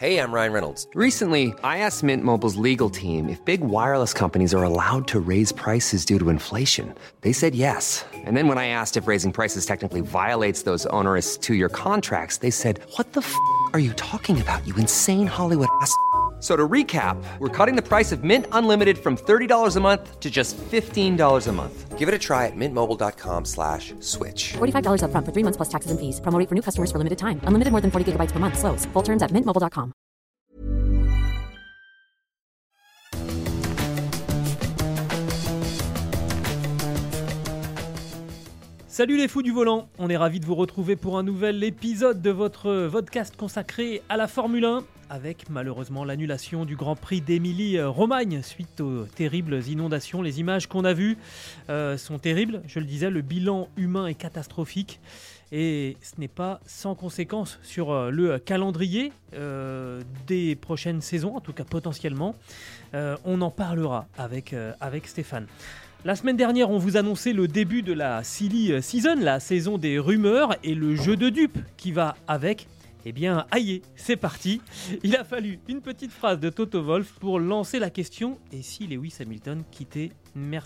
Hey, I'm Ryan Reynolds. Recently, I asked Mint Mobile's legal team if big wireless companies are allowed to raise prices due to inflation. They said yes. And then when I asked if raising prices technically violates those onerous two-year contracts, they said, "What the f*** are you talking about, you insane Hollywood ass?" So to recap, we're cutting the price of Mint Unlimited from $30 a month to just $15 a month. Give it a try at mintmobile.com/switch. $45 up front for 3 months plus taxes and fees. Promo rate for new customers for limited time. Unlimited more than 40 gigabytes per month. Slows full terms at mintmobile.com. Salut les fous du volant, on est ravis de vous retrouver pour un nouvel épisode de votre podcast consacré à la Formule 1, avec malheureusement l'annulation du Grand Prix d'Émilie-Romagne suite aux terribles inondations. Les images qu'on a vues sont terribles, je le disais, le bilan humain est catastrophique. Et ce n'est pas sans conséquence sur le calendrier des prochaines saisons, en tout cas potentiellement. On en parlera avec Stéphane. La semaine dernière, on vous annonçait le début de la Silly Season, la saison des rumeurs et le jeu de dupes qui va avec. Eh bien, aïe, c'est parti. Il a fallu une petite phrase de Toto Wolff pour lancer la question « Et si Lewis Hamilton quittait Mercedes ?»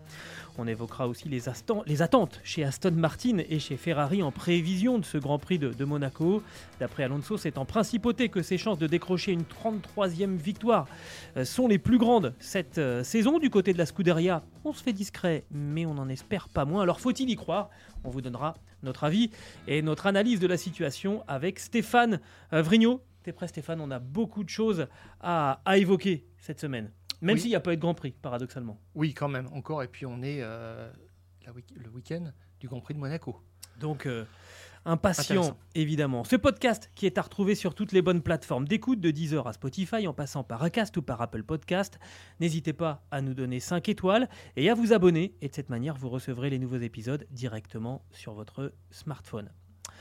On évoquera aussi les attentes chez Aston Martin et chez Ferrari en prévision de ce Grand Prix de Monaco. D'après Alonso, c'est en principauté que ses chances de décrocher une 33e victoire sont les plus grandes cette saison. Du côté de la Scuderia, on se fait discret, mais on n'en espère pas moins. Alors faut-il y croire ? On vous donnera notre avis et notre analyse de la situation avec Stéphane Vrignot. T'es prêt Stéphane ? On a beaucoup de choses à évoquer cette semaine. Même s'il n'y a pas eu de Grand Prix, paradoxalement. Oui, quand même, encore. Et puis on est le week-end du Grand Prix de Monaco. Donc, impatient, évidemment. Ce podcast qui est à retrouver sur toutes les bonnes plateformes d'écoute, de Deezer à Spotify, en passant par Acast ou par Apple Podcast. N'hésitez pas à nous donner 5 étoiles et à vous abonner. Et de cette manière, vous recevrez les nouveaux épisodes directement sur votre smartphone.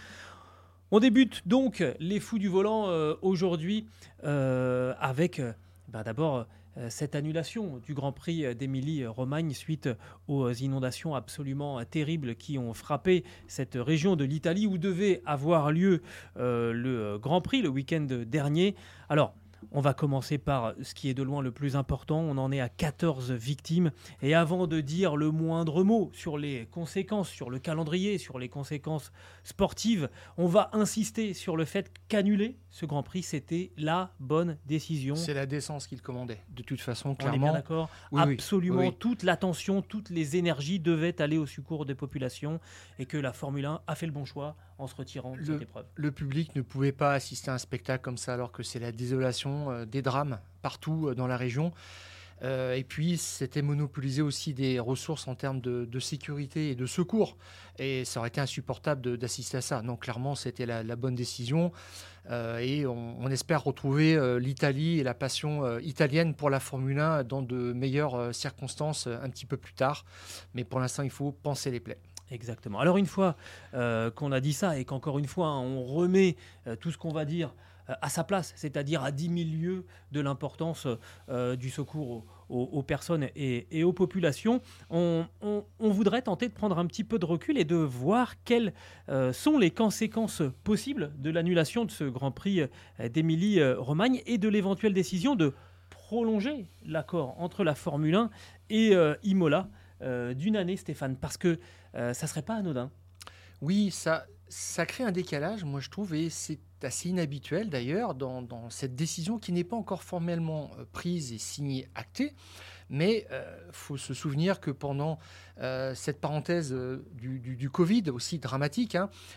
On débute donc les fous du volant aujourd'hui avec d'abord cette annulation du Grand Prix d'Émilie-Romagne suite aux inondations absolument terribles qui ont frappé cette région de l'Italie où devait avoir lieu le Grand Prix le week-end dernier. Alors, on va commencer par ce qui est de loin le plus important. On en est à 14 victimes. Et avant de dire le moindre mot sur les conséquences, sur le calendrier, sur les conséquences sportives, on va insister sur le fait qu'annuler ce Grand Prix, c'était la bonne décision. C'est la décence qu'il commandait. De toute façon, On clairement. est bien d'accord. Oui, absolument, oui. Toute l'attention, toutes les énergies devaient aller au secours des populations et que la Formule 1 a fait le bon choix en se retirant de cette épreuve. Le public ne pouvait pas assister à un spectacle comme ça alors que c'est la désolation, des drames partout dans la région. Et puis, c'était monopoliser aussi des ressources en termes de sécurité et de secours. Et ça aurait été insupportable d'assister à ça. Donc, clairement, c'était la bonne décision. Et on espère retrouver l'Italie et la passion italienne pour la Formule 1 dans de meilleures circonstances un petit peu plus tard. Mais pour l'instant, il faut panser les plaies. Exactement. Alors, une fois qu'on a dit ça et qu'encore une fois, on remet tout ce qu'on va dire à sa place, c'est-à-dire à 10 000 lieues de l'importance du secours aux personnes et aux populations, on voudrait tenter de prendre un petit peu de recul et de voir quelles sont les conséquences possibles de l'annulation de ce Grand Prix d'Émilie-Romagne et de l'éventuelle décision de prolonger l'accord entre la Formule 1 et Imola d'une année, Stéphane, parce que ça ne serait pas anodin. Oui, ça crée un décalage, moi je trouve, et c'est assez inhabituel d'ailleurs dans cette décision qui n'est pas encore formellement prise et signée, actée. Mais il faut se souvenir que pendant cette parenthèse du Covid, aussi dramatique,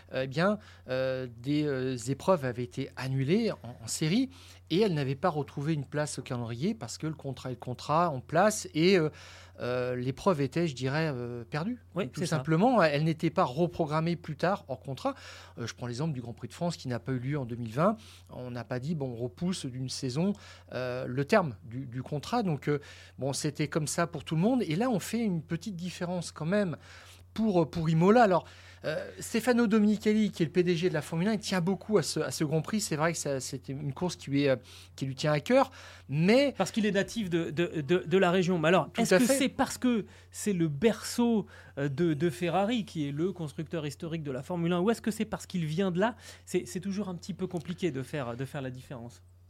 des épreuves avaient été annulées en série et elles n'avaient pas retrouvé une place au calendrier parce que le contrat en place et l'épreuve était, je dirais, perdue. Oui, tout simplement. Elle n'était pas reprogrammée plus tard hors contrat. Je prends l'exemple du Grand Prix de France qui n'a pas eu lieu en 2020. On n'a pas dit, on repousse d'une saison le terme du contrat. Donc, c'était comme ça pour tout le monde. Et là, on fait une petite différence quand même pour Imola. Alors, Stefano Domenicali, qui est le PDG de la Formule 1, il tient beaucoup à ce Grand Prix. C'est vrai que c'était une course qui lui tient à cœur. Mais parce qu'il est natif de la région. Mais alors, est-ce que c'est parce que c'est le berceau de Ferrari, qui est le constructeur historique de la Formule 1, ou est-ce que c'est parce qu'il vient de là ? C'est toujours un petit peu compliqué de faire la différence.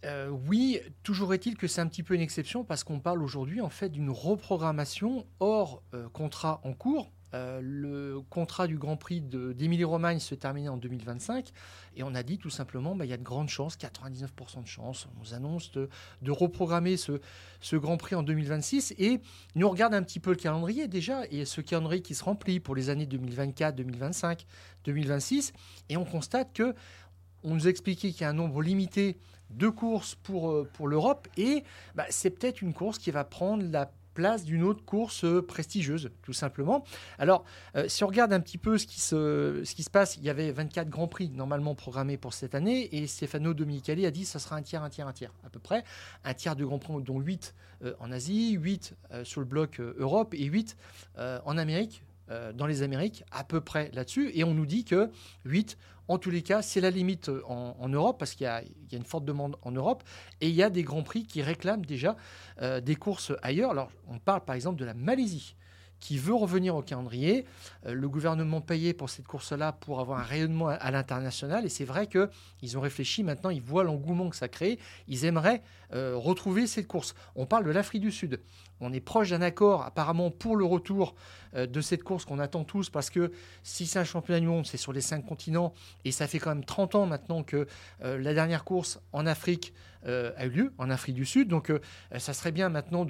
Oui, toujours est-il que c'est un petit peu une exception parce qu'on parle aujourd'hui en fait d'une reprogrammation hors contrat en cours. Le contrat du Grand Prix d'Émilie-Romagne se terminait en 2025 et on a dit tout simplement il y a de grandes chances, 99% de chances, on nous annonce de reprogrammer ce Grand Prix en 2026 et nous on regarde un petit peu le calendrier déjà et ce calendrier qui se remplit pour les années 2024, 2025, 2026 et on constate que on nous expliquait qu'il y a un nombre limité de courses pour l'Europe et c'est peut-être une course qui va prendre la place d'une autre course prestigieuse, tout simplement. Alors, si on regarde un petit peu ce qui se passe, il y avait 24 Grands Prix normalement programmés pour cette année et Stefano Domenicali a dit que ça sera un tiers, à peu près. Un tiers de Grands Prix, dont 8 en Asie, 8 sur le bloc Europe et 8 en Amérique, dans les Amériques, à peu près là-dessus. Et on nous dit que 8, en tous les cas, c'est la limite en Europe, parce qu'il y a une forte demande en Europe. Et il y a des Grands Prix qui réclament déjà des courses ailleurs. Alors, on parle par exemple de la Malaisie, qui veut revenir au calendrier. Le gouvernement payait pour cette course-là pour avoir un rayonnement à l'international. Et c'est vrai qu'ils ont réfléchi. Maintenant, ils voient l'engouement que ça crée. Ils aimeraient retrouver cette course. On parle de l'Afrique du Sud. On est proche d'un accord apparemment pour le retour de cette course qu'on attend tous. Parce que si c'est un championnat du monde, c'est sur les 5 continents. Et ça fait quand même 30 ans maintenant que la dernière course en Afrique a eu lieu, en Afrique du Sud. Donc, ça serait bien maintenant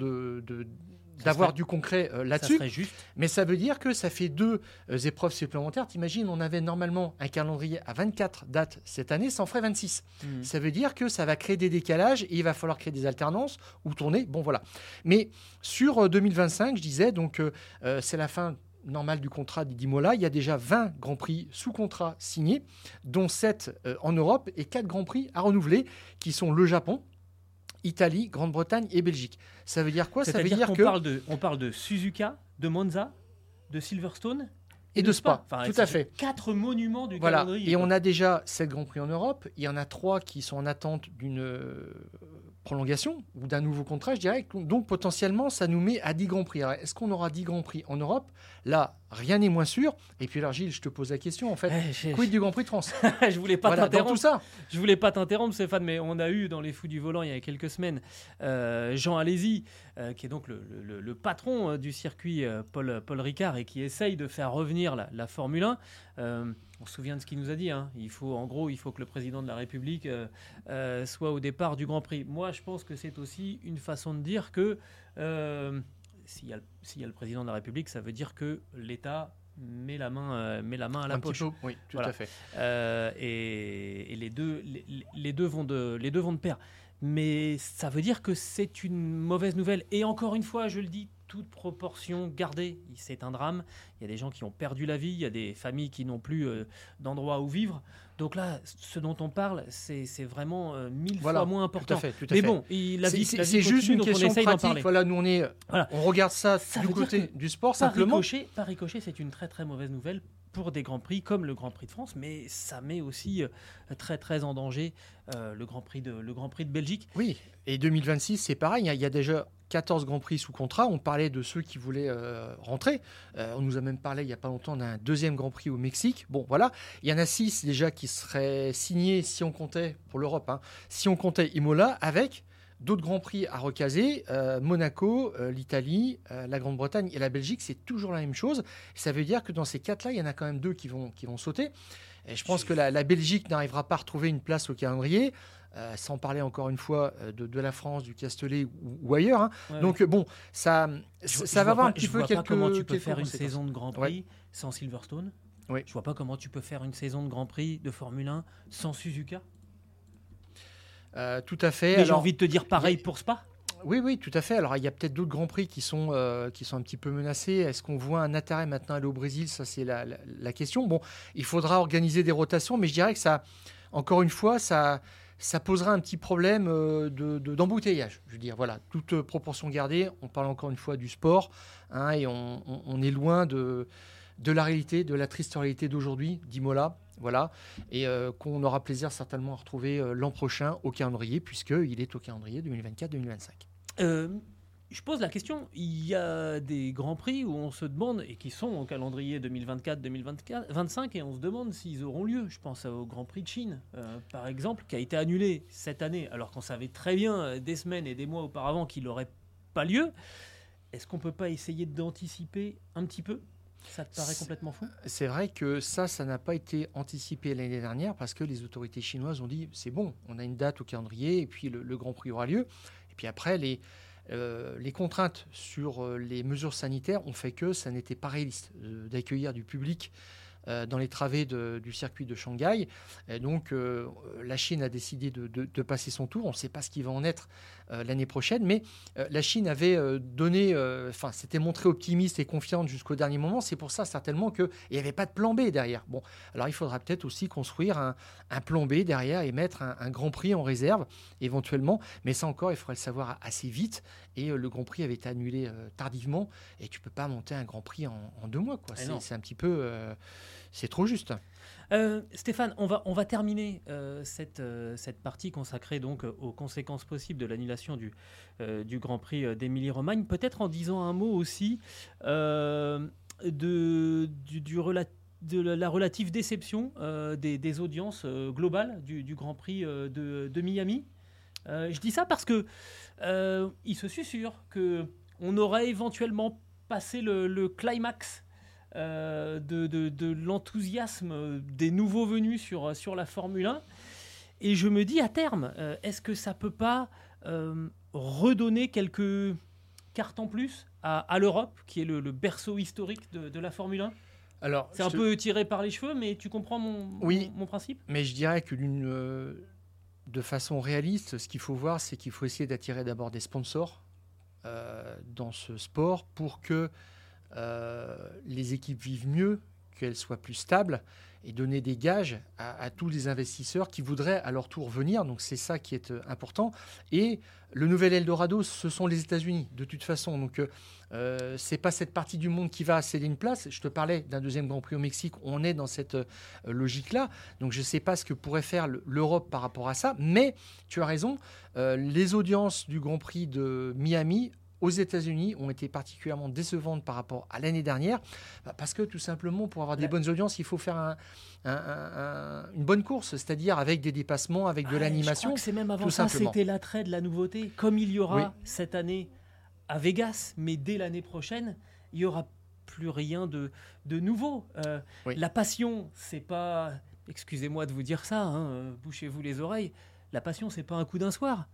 d'avoir du concret là-dessus. Mais ça veut dire que ça fait 2 épreuves supplémentaires. T'imagines, on avait normalement un calendrier à 24 dates cette année, ça en ferait 26. Ça veut dire que ça va créer des décalages et il va falloir créer des alternances ou tourner. Bon, voilà. Mais sur 2025, je disais, donc c'est la fin normale du contrat d'Imola. Il y a déjà 20 Grands Prix sous contrat signés, dont 7 en Europe et 4 Grands Prix à renouveler, qui sont le Japon, Italie, Grande-Bretagne et Belgique. Ça veut dire quoi? Ça veut dire on parle de Suzuka, de Monza, de Silverstone et de Spa. Enfin, tout à fait. 4 monuments du voilà. calendrier. Et on a déjà 7 Grands Prix en Europe. Il y en a 3 qui sont en attente d'une prolongation ou d'un nouveau contrat, je dirais. Donc, potentiellement, ça nous met à 10 Grands Prix. Alors, est-ce qu'on aura 10 Grands Prix en Europe? Là, rien n'est moins sûr. Et puis, alors, Gilles, je te pose la question, en fait. Quid du Grand Prix de France? Je voulais pas t'interrompre. Tout ça. Je voulais pas t'interrompre, Stéphane, mais on a eu dans les Fous du Volant, il y a quelques semaines, Jean Alesi, qui est donc le patron du circuit Paul Ricard et qui essaye de faire revenir la Formule 1. On se souvient de ce qu'il nous a dit. Il faut que le président de la République soit au départ du Grand Prix. Moi, je pense que c'est aussi une façon de dire que s'il y a le président de la République, ça veut dire que l'État met la main à la poche. Oui, tout à fait. Et les deux vont de pair. Mais ça veut dire que c'est une mauvaise nouvelle. Et encore une fois, je le dis, toute proportion gardée. C'est un drame. Il y a des gens qui ont perdu la vie. Il y a des familles qui n'ont plus d'endroit où vivre. Donc là, ce dont on parle, c'est vraiment 1000 fois moins important. Tout à fait. Mais bon, c'est juste une question pratique. Voilà, nous on regarde ça du côté du sport simplement. Par ricochet, c'est une très très mauvaise nouvelle pour des Grands Prix comme le Grand Prix de France, mais ça met aussi très très en danger le Grand Prix de Belgique. Oui, et 2026, c'est pareil. Il y a déjà 14 Grands Prix sous contrat. On parlait de ceux qui voulaient rentrer. On nous a même parlé il n'y a pas longtemps d'un 2e Grand Prix au Mexique. Bon, voilà. Il y en a 6 déjà qui seraient signés si on comptait, pour l'Europe, si on comptait Imola, avec d'autres Grands Prix à recaser. Monaco, l'Italie, la Grande-Bretagne et la Belgique, c'est toujours la même chose. Ça veut dire que dans ces 4-là, il y en a quand même 2 qui vont sauter. Et je pense que la Belgique n'arrivera pas à retrouver une place au calendrier. Sans parler encore une fois de la France, du Castellet ou ailleurs. Ouais, donc bon, ça va avoir un petit peu quelques... Je vois pas comment tu peux faire une saison de Grand Prix sans Silverstone. Oui. Je vois pas comment tu peux faire une saison de Grand Prix de Formule 1 sans Suzuka. Tout à fait. Mais j'ai envie de te dire pareil pour Spa. Oui, tout à fait. Alors, il y a peut-être d'autres Grands Prix qui sont un petit peu menacés. Est-ce qu'on voit un intérêt maintenant à aller au Brésil? Ça, c'est la question. Bon, il faudra organiser des rotations, mais je dirais que ça, encore une fois, ça posera un petit problème d'embouteillage. Je veux dire, voilà, toute proportion gardée. On parle encore une fois du sport, et on est loin de la réalité, de la triste réalité d'aujourd'hui, d'Imola. Voilà, et qu'on aura plaisir certainement à retrouver l'an prochain au calendrier, puisqu'il est au calendrier 2024-2025. je pose la question, il y a des Grands Prix où on se demande, et qui sont au calendrier 2024-2025, et on se demande s'ils auront lieu. Je pense au Grand Prix de Chine, par exemple, qui a été annulé cette année, alors qu'on savait très bien des semaines et des mois auparavant qu'il n'aurait pas lieu. Est-ce qu'on ne peut pas essayer d'anticiper un petit peu ? Ça te paraît complètement fou ? C'est vrai que ça n'a pas été anticipé l'année dernière parce que les autorités chinoises ont dit c'est bon, on a une date au calendrier et puis le Grand Prix aura lieu. Et puis après, les contraintes sur les mesures sanitaires ont fait que ça n'était pas réaliste d'accueillir du public dans les travées du circuit de Shanghai. Et donc, la Chine a décidé de passer son tour. On ne sait pas ce qui va en être l'année prochaine, mais la Chine avait s'était montrée optimiste et confiante jusqu'au dernier moment. C'est pour ça, certainement, qu'il n'y avait pas de plan B derrière. Bon, alors il faudra peut-être aussi construire un plan B derrière et mettre un Grand Prix en réserve, éventuellement. Mais ça encore, il faudrait le savoir assez vite. Et le Grand Prix avait été annulé tardivement. Et tu ne peux pas monter un Grand Prix en 2 mois, quoi. C'est un petit peu... c'est trop juste. Stéphane, on va terminer cette partie consacrée donc aux conséquences possibles de l'annulation du Grand Prix d'Émilie-Romagne. Peut-être en disant un mot aussi de la relative déception des audiences globales du Grand Prix de Miami. Je dis ça parce que il se susurre qu'on aurait éventuellement passé le climax de l'enthousiasme des nouveaux venus sur la Formule 1. Et je me dis à terme, est-ce que ça peut pas redonner quelques cartes en plus à l'Europe, qui est le berceau historique de la Formule 1 ? Alors, c'est un peu tiré par les cheveux, mais tu comprends mon principe ? Mais je dirais que de façon réaliste, ce qu'il faut voir, c'est qu'il faut essayer d'attirer d'abord des sponsors dans ce sport pour que les équipes vivent mieux, qu'elles soient plus stables et donner des gages à tous les investisseurs qui voudraient à leur tour venir. Donc c'est ça qui est important. Et le nouvel Eldorado, ce sont les États-Unis de toute façon. Donc c'est pas cette partie du monde qui va céder une place. Je te parlais d'un deuxième Grand Prix au Mexique. On est dans cette logique-là. Donc je sais pas ce que pourrait faire l'Europe par rapport à ça. Mais tu as raison. Les audiences du Grand Prix de Miami aux États-Unis ont été particulièrement décevantes par rapport à l'année dernière, parce que tout simplement, pour avoir des bonnes audiences, il faut faire une bonne course, c'est-à-dire avec des dépassements, avec de l'animation. Je crois que c'est même avant ça, c'était l'attrait de la nouveauté. Comme il y aura cette année à Vegas, mais dès l'année prochaine, il n'y aura plus rien de nouveau. La passion, c'est pas... Excusez-moi de vous dire ça, bouchez-vous les oreilles. La passion, c'est pas un coup d'un soir.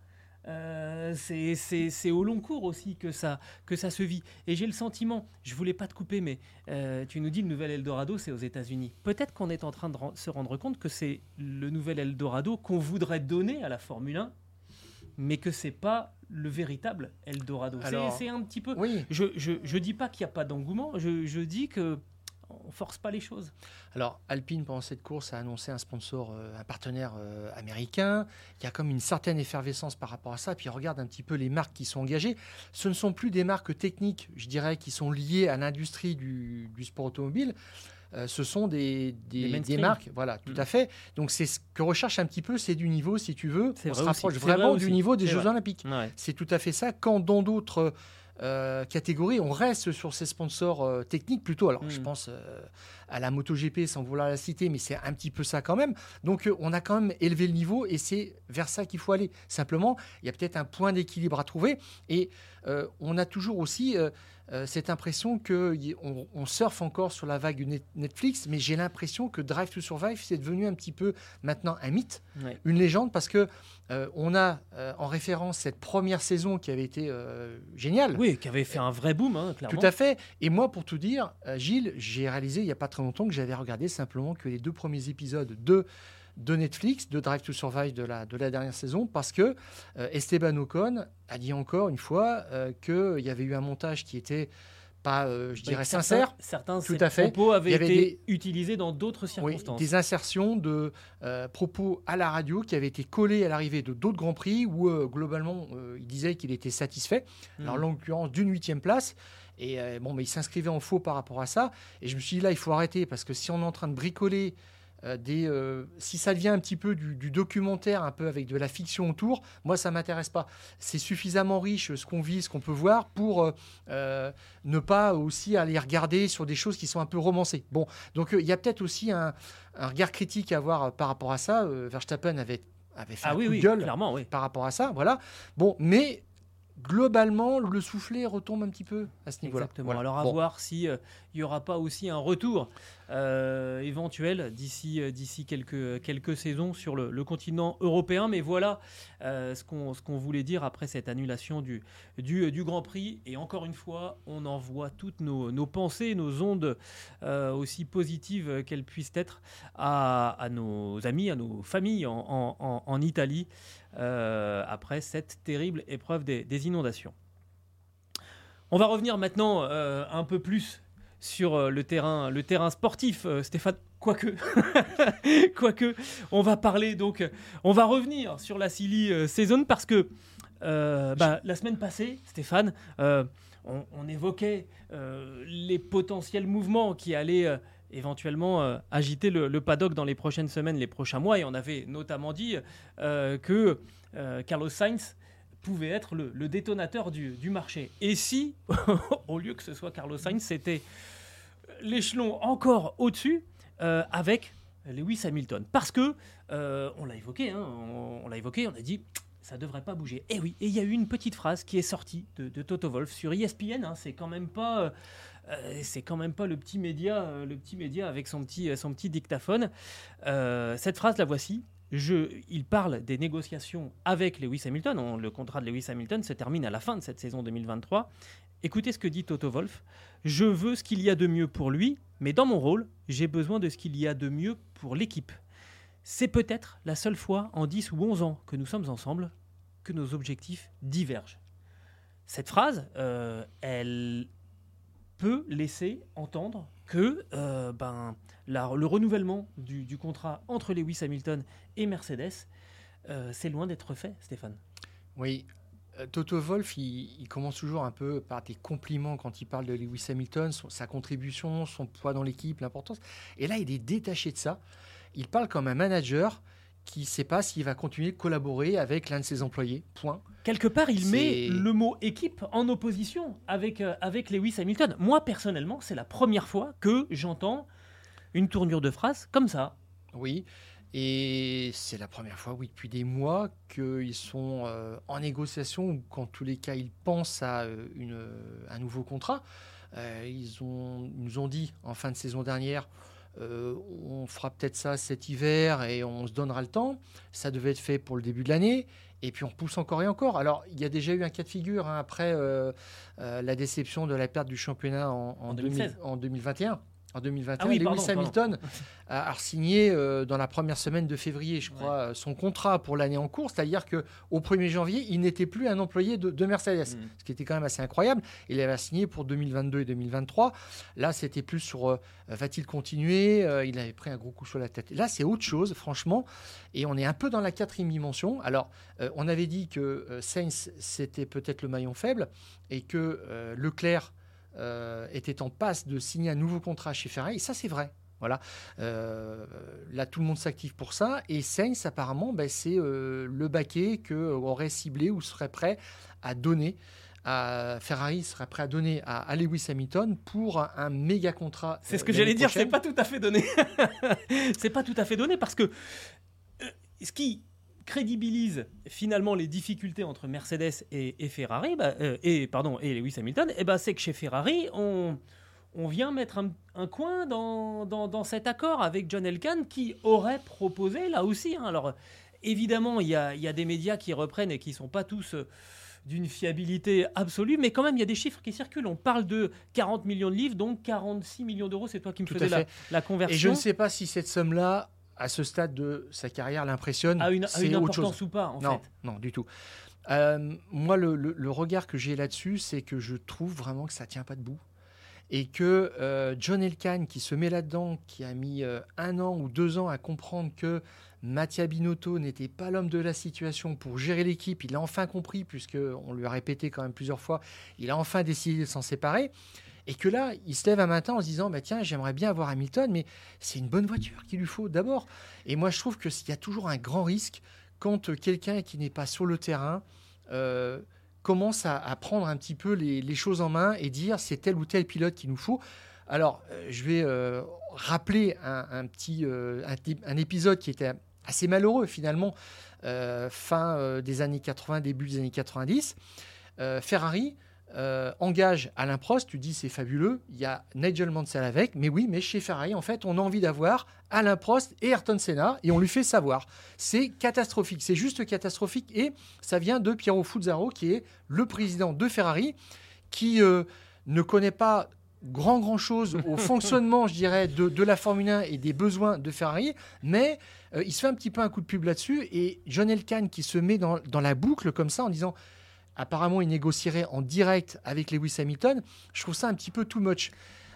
C'est au long cours aussi que ça se vit. Et j'ai le sentiment, je voulais pas te couper, mais tu nous dis le nouvel Eldorado, c'est aux États-Unis. Peut-être qu'on est en train de se rendre compte que c'est le nouvel Eldorado qu'on voudrait donner à la Formule 1, mais que c'est pas le véritable Eldorado. Alors, c'est un petit peu... Oui. Je dis pas qu'il n'y a pas d'engouement, je dis que on force pas les choses. Alors, Alpine, pendant cette course, a annoncé un sponsor, un partenaire américain. Il y a comme une certaine effervescence par rapport à ça. Puis, regarde un petit peu les marques qui sont engagées. Ce ne sont plus des marques techniques, je dirais, qui sont liées à l'industrie du sport automobile. Ce sont des marques, voilà, tout à fait. Donc, c'est ce que recherche un petit peu, c'est du niveau, si tu veux. On se rapproche vraiment du niveau des Jeux Olympiques. Ouais. C'est tout à fait ça. Quand dans d'autres... catégorie, on reste sur ces sponsors techniques plutôt. Alors, je pense à la MotoGP sans vouloir la citer, mais c'est un petit peu ça quand même. Donc, on a quand même élevé le niveau et c'est vers ça qu'il faut aller. Simplement, il y a peut-être un point d'équilibre à trouver et on a toujours aussi cette impression qu'on surfe encore sur la vague Netflix, mais j'ai l'impression que Drive to Survive, c'est devenu un petit peu maintenant un mythe, une légende, parce que on a en référence cette première saison qui avait été géniale. Oui, qui avait fait un vrai boom, clairement. Tout à fait. Et moi, pour tout dire, Gilles, j'ai réalisé il n'y a pas très longtemps que j'avais regardé simplement que les 2 premiers épisodes de Netflix, de Drive to Survive de la dernière saison, parce que Esteban Ocon a dit encore une fois qu'il y avait eu un montage qui était pas, je dirais, sincère. Certains tout à fait. propos avaient été utilisés dans d'autres circonstances. Oui, des insertions de propos à la radio qui avaient été collés à l'arrivée de d'autres Grands Prix où, globalement, il disait qu'il était satisfait. Alors, en l'occurrence, d'une 8e place. Et mais il s'inscrivait en faux par rapport à ça. Et je me suis dit, là, il faut arrêter parce que si on est en train de bricoler si ça devient un petit peu du documentaire, un peu avec de la fiction autour, moi, ça ne m'intéresse pas. C'est suffisamment riche ce qu'on vit, ce qu'on peut voir, pour ne pas aussi aller regarder sur des choses qui sont un peu romancées. Bon, donc il y a peut-être aussi un regard critique à avoir par rapport à ça. Verstappen avait fait un coup de gueule clairement, oui. par rapport à ça. Voilà. Bon, mais globalement, le soufflet retombe un petit peu à ce niveau-là. Exactement. Voilà. Alors à voir s'il n'y aura pas aussi un retour éventuel d'ici quelques saisons sur le continent européen. Mais voilà ce qu'on voulait dire après cette annulation du Grand Prix. Et encore une fois, on envoie toutes nos pensées, nos ondes aussi positives qu'elles puissent être à nos amis, à nos familles en Italie après cette terrible épreuve des inondations. On va revenir maintenant un peu plus sur le terrain sportif, Stéphane. Quoique, on va parler donc, on va revenir sur la silly season parce que la semaine passée, Stéphane, on évoquait les potentiels mouvements qui allaient éventuellement agiter le paddock dans les prochaines semaines, les prochains mois, et on avait notamment dit que Carlos Sainz pouvait être le détonateur du marché. Et si, au lieu que ce soit Carlos Sainz, c'était l'échelon encore au-dessus avec Lewis Hamilton. Parce que, on l'a évoqué, on a dit, ça ne devrait pas bouger. Et oui, et il y a eu une petite phrase qui est sortie de Toto Wolff sur ESPN, c'est quand même pas le petit média avec son petit dictaphone. Cette phrase, la voici. Il parle des négociations avec Lewis Hamilton. Le contrat de Lewis Hamilton se termine à la fin de cette saison 2023. Écoutez ce que dit Toto Wolff. Je veux ce qu'il y a de mieux pour lui, mais dans mon rôle, j'ai besoin de ce qu'il y a de mieux pour l'équipe. C'est peut-être la seule fois en 10 ou 11 ans que nous sommes ensemble que nos objectifs divergent. Cette phrase, elle peut laisser entendre que le renouvellement du contrat entre Lewis Hamilton et Mercedes, c'est loin d'être fait, Stéphane. Oui, Toto Wolff, il commence toujours un peu par des compliments quand il parle de Lewis Hamilton, sa contribution, son poids dans l'équipe, l'importance. Et là, il est détaché de ça. Il parle comme un manager qui ne sait pas s'il va continuer de collaborer avec l'un de ses employés. Point. Quelque part, il met le mot équipe en opposition avec Lewis Hamilton. Moi, personnellement, c'est la première fois que j'entends une tournure de phrase comme ça. Oui, et c'est la première fois, depuis des mois, qu'ils sont en négociation, ou qu'en tous les cas, ils pensent à un nouveau contrat. Ils nous ont dit en fin de saison dernière, on fera peut-être ça cet hiver et on se donnera le temps. Ça devait être fait pour le début de l'année. Et puis on repousse encore et encore. Alors, il y a déjà eu un cas de figure après la déception de la perte du championnat en 2021. En 2021, Lewis Hamilton a signé dans la première semaine de février, je crois, son contrat pour l'année en cours. C'est-à-dire qu'au 1er janvier, il n'était plus un employé de Mercedes, ce qui était quand même assez incroyable. Il avait signé pour 2022 et 2023. Là, c'était plus sur va-t-il continuer. Il avait pris un gros coup sur la tête. Là, c'est autre chose, franchement. Et on est un peu dans la quatrième dimension. Alors, on avait dit que Sainz, c'était peut-être le maillon faible et que Leclerc était en passe de signer un nouveau contrat chez Ferrari. Et ça, c'est vrai. Voilà. Là, tout le monde s'active pour ça. Et Sainz, apparemment, c'est le baquet qu'aurait ciblé ou serait prêt à donner. Ferrari serait prêt à donner à Lewis Hamilton pour un méga contrat. C'est ce que j'allais dire. C'est pas tout à fait donné. C'est pas tout à fait donné parce que ce qui crédibilise finalement les difficultés entre Mercedes et Ferrari, et Lewis Hamilton, c'est que chez Ferrari, on vient mettre un coin dans cet accord avec John Elkann qui aurait proposé là aussi. Alors évidemment, il y a des médias qui reprennent et qui ne sont pas tous d'une fiabilité absolue, mais quand même, il y a des chiffres qui circulent. On parle de 40 millions de livres, donc 46 millions d'euros. C'est toi qui me faisais la conversion. Et je ne sais pas si cette somme-là, à ce stade de sa carrière, l'impressionne. A une c'est autre importance chose. Ou pas, en fait. Non, du tout. Moi, le regard que j'ai là-dessus, c'est que je trouve vraiment que ça ne tient pas debout. Et que John Elkann, qui se met là-dedans, qui a mis 1 an ou 2 ans à comprendre que Mattia Binotto n'était pas l'homme de la situation pour gérer l'équipe, il a enfin compris, puisqu'on lui a répété quand même plusieurs fois, il a enfin décidé de s'en séparer. Et que là, il se lève un matin en se disant tiens, j'aimerais bien avoir Hamilton, mais c'est une bonne voiture qu'il lui faut d'abord. Et moi, je trouve qu'il y a toujours un grand risque quand quelqu'un qui n'est pas sur le terrain commence à prendre un petit peu les choses en main et dire c'est tel ou tel pilote qu'il nous faut. Alors, je vais rappeler un épisode qui était assez malheureux finalement, fin des années 80, début des années 90. Ferrari engage Alain Prost, tu dis c'est fabuleux, il y a Nigel Mansell avec, mais oui, mais chez Ferrari, en fait, on a envie d'avoir Alain Prost et Ayrton Senna, et on lui fait savoir. C'est catastrophique, c'est juste catastrophique, et ça vient de Piero Fuzzaro, qui est le président de Ferrari, qui ne connaît pas grand chose au fonctionnement, je dirais, de la Formule 1 et des besoins de Ferrari, mais il se fait un petit peu un coup de pub là-dessus, et John Elkann qui se met dans la boucle comme ça en disant apparemment il négocierait en direct avec Lewis Hamilton, je trouve ça un petit peu too much.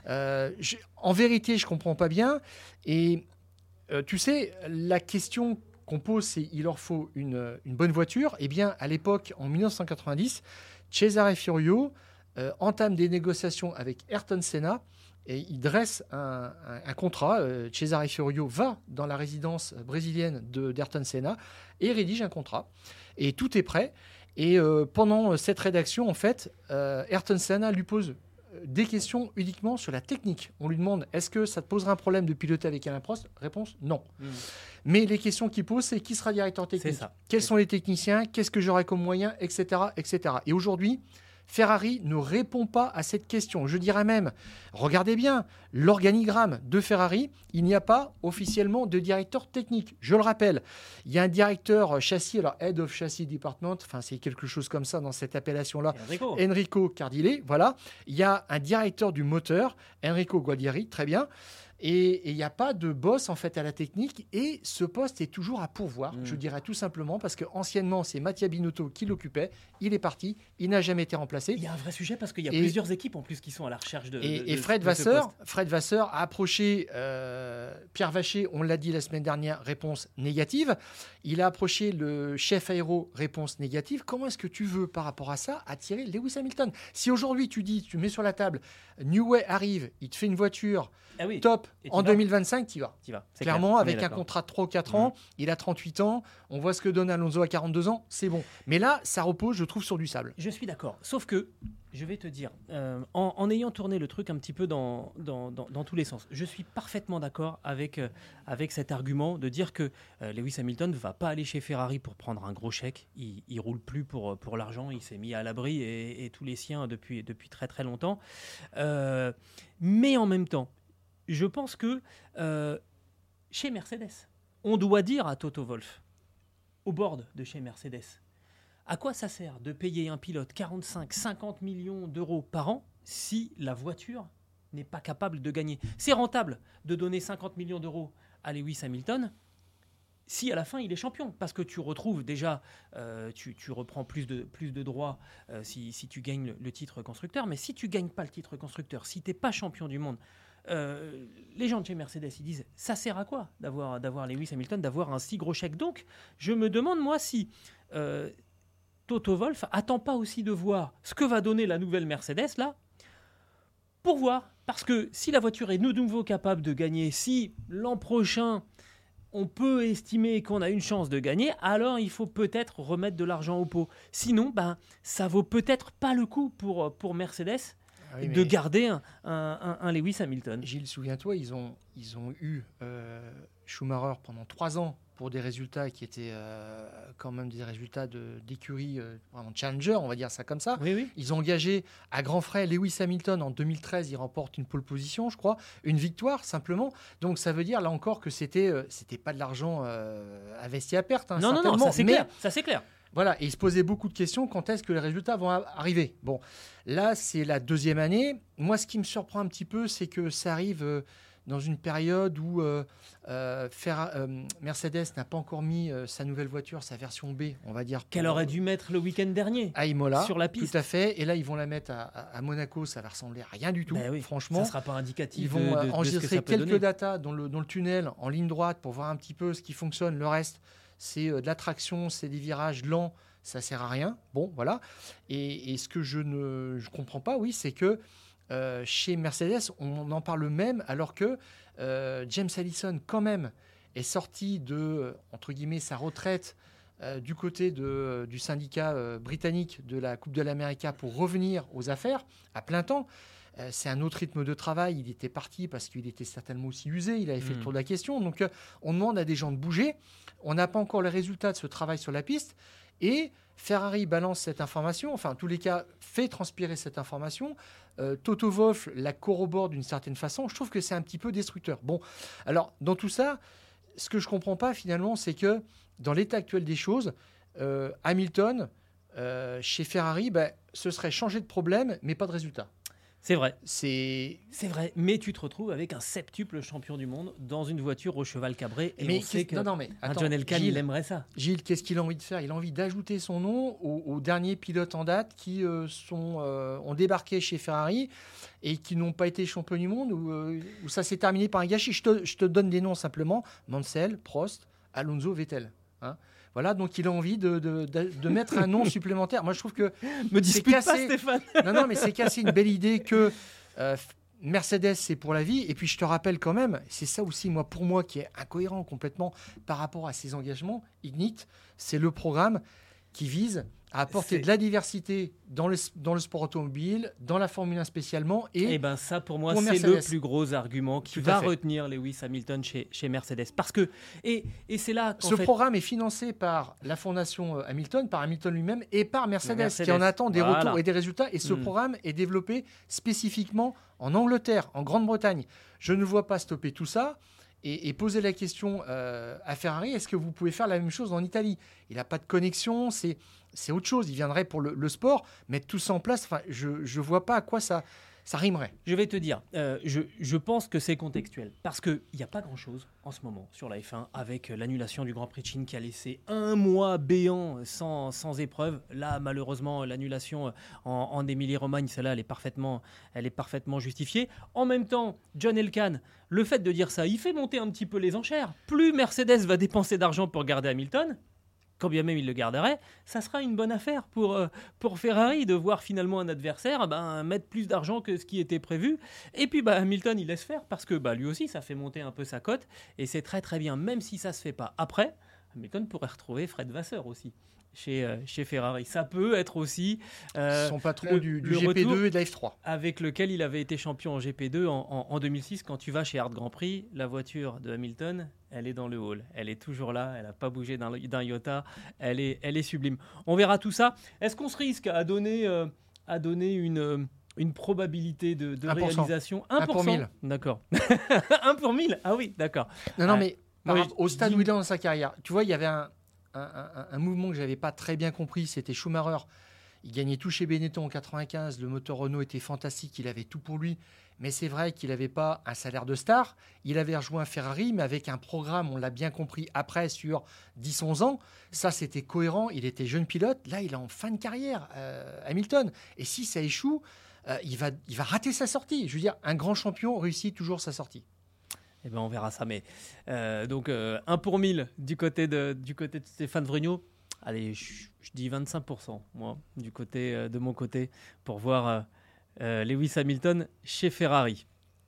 En vérité, je comprends pas bien, et tu sais, la question qu'on pose, c'est il leur faut une bonne voiture. Eh bien, à l'époque, en 1990, Cesare Fiorio entame des négociations avec Ayrton Senna et il dresse un contrat. Cesare Fiorio va dans la résidence brésilienne d'Ayrton Senna et rédige un contrat. Et tout est prêt. Et pendant cette rédaction, en fait, Ayrton Senna lui pose des questions uniquement sur la technique. On lui demande, est-ce que ça te posera un problème de piloter avec Alain Prost ? Réponse, non. Mais les questions qu'il pose, c'est qui sera directeur technique ? Quels sont les techniciens ? Qu'est-ce que j'aurai comme moyen ? Etc. etc. Et aujourd'hui, Ferrari ne répond pas à cette question. Je dirais même, regardez bien, l'organigramme de Ferrari, il n'y a pas officiellement de directeur technique. Je le rappelle, il y a un directeur châssis, alors Head of Chassis Department, enfin c'est quelque chose comme ça dans cette appellation-là, Enrico Cardile, voilà. Il y a un directeur du moteur, Enrico Gualtieri, très bien. Et il n'y a pas de boss en fait à la technique et ce poste est toujours à pourvoir, je dirais tout simplement parce qu'anciennement c'est Mattia Binotto qui l'occupait, il est parti, il n'a jamais été remplacé. Il y a un vrai sujet parce qu'il y a plusieurs équipes en plus qui sont à la recherche de Fred Vasseur a approché Pierre Vacher, on l'a dit la semaine dernière, réponse négative. Il a approché le chef aéro, réponse négative. Comment est-ce que tu veux par rapport à ça attirer Lewis Hamilton ? Si aujourd'hui tu mets sur la table, New Way arrive, il te fait une voiture top en 2025, tu y vas. Clairement, avec un contrat de 3 ou 4 ans, il a 38 ans, on voit ce que donne Alonso à 42 ans, c'est bon. Mais là, ça repose, je trouve, sur du sable. Je suis d'accord, sauf que, je vais te dire, en ayant tourné le truc un petit peu dans tous les sens, je suis parfaitement d'accord avec cet argument de dire que Lewis Hamilton ne va pas aller chez Ferrari pour prendre un gros chèque, il roule plus pour l'argent, il s'est mis à l'abri et tous les siens depuis très très longtemps. Mais en même temps, je pense que chez Mercedes, on doit dire à Toto Wolff, au board de chez Mercedes, à quoi ça sert de payer un pilote 45-50 millions d'euros par an si la voiture n'est pas capable de gagner ? C'est rentable de donner 50 millions d'euros à Lewis Hamilton si à la fin il est champion, parce que tu retrouves déjà, tu reprends plus de droits si tu gagnes le titre constructeur, mais si tu ne gagnes pas le titre constructeur, si tu n'es pas champion du monde, les gens de chez Mercedes ils disent ça sert à quoi d'avoir Lewis Hamilton, d'avoir un si gros chèque. Donc je me demande moi si Toto Wolff attend pas aussi de voir ce que va donner la nouvelle Mercedes là pour voir, parce que si la voiture est de nouveau capable de gagner, si l'an prochain on peut estimer qu'on a une chance de gagner, alors il faut peut-être remettre de l'argent au pot. Sinon ça vaut peut-être pas le coup pour Mercedes de garder un Lewis Hamilton. Gilles, souviens-toi, ils ont eu Schumacher pendant 3 ans pour des résultats qui étaient quand même des résultats d'écurie vraiment challenger, on va dire ça comme ça. Oui. Ils ont engagé à grands frais Lewis Hamilton en 2013, il remporte une pole position, je crois, une victoire simplement. Donc ça veut dire là encore que c'était pas de l'argent investi à perte. Non, ça c'est clair. Voilà, et il se posait beaucoup de questions, quand est-ce que les résultats vont arriver ? Bon, là, c'est la 2e année. Moi, ce qui me surprend un petit peu, c'est que ça arrive dans une période où Mercedes n'a pas encore mis sa nouvelle voiture, sa version B, on va dire. Qu'elle aurait dû mettre le week-end dernier à Imola, sur la piste. Tout à fait, et là, ils vont la mettre à Monaco, ça va ressembler à rien du tout, franchement. Ça ne sera pas indicatif. Ils vont enregistrer quelques donner. datas dans le tunnel, en ligne droite, pour voir un petit peu ce qui fonctionne. Le reste, c'est de la traction, c'est des virages lents, ça sert à rien. Bon, voilà. Et ce que je ne comprends pas, c'est que chez Mercedes, on en parle même alors que James Allison, quand même, est sorti de, entre guillemets, sa retraite du côté du syndicat britannique de la Coupe de l'Amérique pour revenir aux affaires à plein temps. C'est un autre rythme de travail. Il était parti parce qu'il était certainement aussi usé. Il avait fait le tour de la question. Donc, on demande à des gens de bouger. On n'a pas encore les résultats de ce travail sur la piste. Et Ferrari balance cette information, enfin, en tous les cas, fait transpirer cette information. Toto Wolff la corrobore d'une certaine façon. Je trouve que c'est un petit peu destructeur. Bon, alors, dans tout ça, ce que je ne comprends pas, finalement, c'est que dans l'état actuel des choses, Hamilton, chez Ferrari, ce serait changer de problème, mais pas de résultat. C'est vrai. C'est vrai, mais tu te retrouves avec un septuple champion du monde dans une voiture au cheval cabré. Et mais on sait que attends, John Elkann, Gilles, il aimerait ça. Gilles, qu'est-ce qu'il a envie de faire? Il a envie d'ajouter son nom aux derniers pilotes en date qui ont débarqué chez Ferrari et qui n'ont pas été champions du monde, où ça s'est terminé par un gâchis. Je te donne des noms simplement. Mansell, Prost, Alonso, Vettel. Hein. Voilà, donc il a envie de mettre un nom supplémentaire. Moi, je trouve que Me dispute pas, Stéphane. Non, mais c'est casser une belle idée que Mercedes, c'est pour la vie. Et puis, je te rappelle quand même, c'est ça aussi, pour moi, qui est incohérent complètement par rapport à ses engagements. Ignite, c'est le programme qui vise à apporter de la diversité dans le sport automobile, dans la Formule 1 spécialement. Et ben ça, pour moi, c'est le plus gros argument qui va retenir Lewis Hamilton chez Mercedes. Parce que, et c'est là qu'en fait, programme est financé par la fondation Hamilton, par Hamilton lui-même et par Mercedes. Qui en attend des retours et des résultats. Et ce programme est développé spécifiquement en Angleterre, en Grande-Bretagne. Je ne vois pas stopper tout ça. Et poser la question à Ferrari, est-ce que vous pouvez faire la même chose en Italie? Il n'a pas de connexion, c'est autre chose. Il viendrait pour le sport, mettre tout ça en place. Enfin, je ne vois pas à quoi ça rimerait. Je vais te dire, je pense que c'est contextuel. Parce qu'il n'y a pas grand-chose en ce moment sur la F1 avec l'annulation du Grand Prix de Chine qui a laissé un mois béant sans épreuve. Là, malheureusement, l'annulation en Émilie-Romagne, celle-là, elle est parfaitement justifiée. En même temps, John Elkann, le fait de dire ça, il fait monter un petit peu les enchères. Plus Mercedes va dépenser d'argent pour garder Hamilton, quand bien même il le garderait, ça sera une bonne affaire pour Ferrari de voir finalement un adversaire mettre plus d'argent que ce qui était prévu. Et puis Hamilton, il laisse faire parce que lui aussi, ça fait monter un peu sa cote. Et c'est très très bien, même si ça ne se fait pas. Après, Hamilton pourrait retrouver Fred Vasseur aussi chez Ferrari. Ça peut être aussi son patron du GP2 et de la F3. Avec lequel il avait été champion en GP2 en 2006. Quand tu vas chez Hard Grand Prix, la voiture de Hamilton, elle est dans le hall. Elle est toujours là, elle n'a pas bougé d'un iota. Elle est sublime. On verra tout ça. Est-ce qu'on se risque à donner une probabilité de 1%. Réalisation 1 pour 1000. D'accord. 1 pour 1000. Ah oui, d'accord. Non, mais au stade où il est dans sa carrière, tu vois, il y avait un mouvement que je n'avais pas très bien compris, c'était Schumacher. Il gagnait tout chez Benetton en 95, le moteur Renault était fantastique, il avait tout pour lui, mais c'est vrai qu'il n'avait pas un salaire de star. Il avait rejoint Ferrari, mais avec un programme, on l'a bien compris, après sur 10-11 ans. Ça, c'était cohérent, il était jeune pilote. Là, il est en fin de carrière, Hamilton. Et si ça échoue, il va rater sa sortie. Je veux dire, un grand champion réussit toujours sa sortie. Eh ben on verra ça. Mais donc 1 pour 1000 du côté de Stéphane Vrignot. Allez, je dis 25%, moi, de mon côté, pour voir Lewis Hamilton chez Ferrari.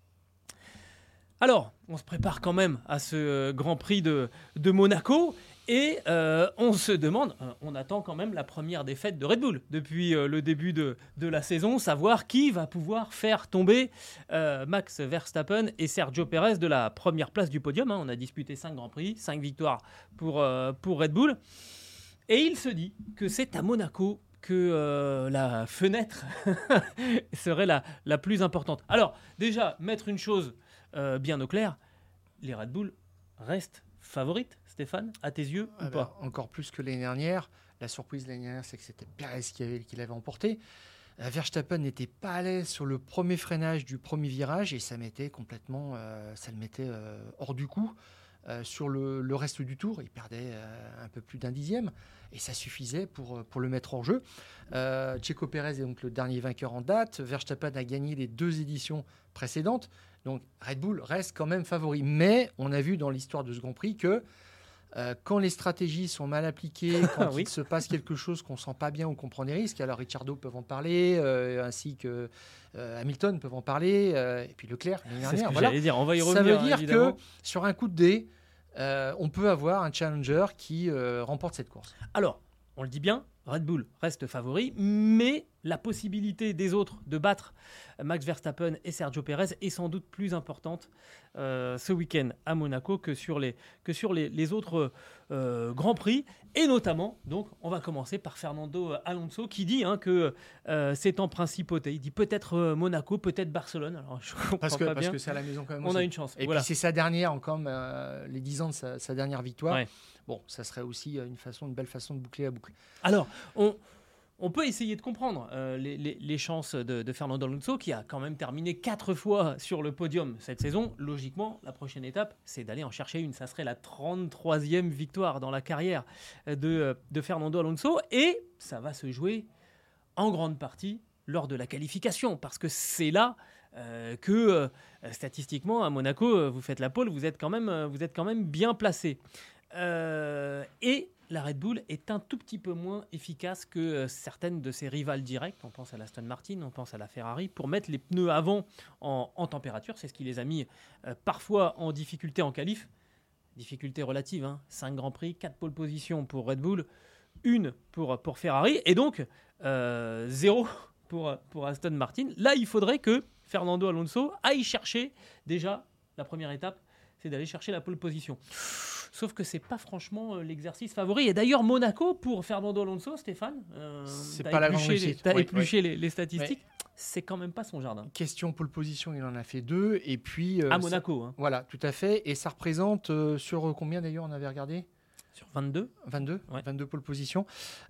Alors, on se prépare quand même à ce Grand Prix de Monaco. Et on se demande, on attend quand même la première défaite de Red Bull depuis le début de la saison, savoir qui va pouvoir faire tomber Max Verstappen et Sergio Perez de la première place du podium. On a disputé 5 Grands Prix, 5 victoires pour Red Bull. Et il se dit que c'est à Monaco que la fenêtre serait la plus importante. Alors, déjà, mettre une chose bien au clair, les Red Bull restent favorites. Stéphane, à tes yeux ou pas? Encore plus que l'année dernière. La surprise l'année dernière, c'est que c'était Perez qui l'avait emporté. Verstappen n'était pas à l'aise sur le premier freinage du premier virage et ça le mettait hors du coup. Sur le reste du tour, il perdait un peu plus d'un dixième et ça suffisait pour le mettre hors jeu. Checo Pérez est donc le dernier vainqueur en date. Verstappen a gagné les 2 éditions précédentes. Donc Red Bull reste quand même favori. Mais on a vu dans l'histoire de ce Grand Prix que Quand les stratégies sont mal appliquées, quand Oui. il se passe quelque chose qu'on ne sent pas bien ou qu'on prend des risques, alors Ricciardo peut en parler, ainsi que Hamilton peut en parler, et puis Leclerc l'année C'est ce dernière. que Voilà. j'allais dire. On va y Ça revenir. veut dire évidemment. que sur un coup de dé, on peut avoir un challenger qui remporte cette course. Alors, on le dit bien, Red Bull reste favori, mais la possibilité des autres de battre Max Verstappen et Sergio Perez est sans doute plus importante ce week-end à Monaco que sur les autres Grands Prix. Et notamment, donc, on va commencer par Fernando Alonso qui dit que c'est en principauté. Il dit peut-être Monaco, peut-être Barcelone. Alors, je comprends Parce pas bien. que c'est à la maison quand même On aussi. a une chance. Et Voilà. puis c'est sa dernière, encore les 10 ans de sa dernière victoire. Ouais. Bon, ça serait aussi une belle façon de boucler la boucle. Alors, on peut essayer de comprendre les chances de Fernando Alonso, qui a quand même terminé 4 fois sur le podium cette saison. Logiquement, la prochaine étape, c'est d'aller en chercher une. Ça serait la 33e victoire dans la carrière de Fernando Alonso. Et ça va se jouer en grande partie lors de la qualification, parce que c'est là que statistiquement, à Monaco, vous faites la pole, vous êtes quand même bien placé. Et la Red Bull est un tout petit peu moins efficace que certaines de ses rivales directes. On pense à l'Aston Martin, on pense à la Ferrari, pour mettre les pneus avant en température. C'est ce qui les a mis parfois en difficulté en qualif. Difficulté relative, 5 Grands Prix, 4 pole positions pour Red Bull, 1 pour Ferrari, et donc 0 pour Aston Martin. Là, il faudrait que Fernando Alonso aille chercher déjà la première étape, c'est d'aller chercher la pole position. Sauf que c'est pas franchement l'exercice favori. Et d'ailleurs, Monaco, pour Fernando Alonso, Stéphane, C'est t'as pas la grande épluché, réussite. t'as Oui, épluché les statistiques, c'est quand même pas son jardin. Question pole position, il en a fait 2. Et puis, À Monaco, voilà, tout à fait. Et ça représente sur combien d'ailleurs on avait regardé sur 22. 22, Ouais. 22 pole position.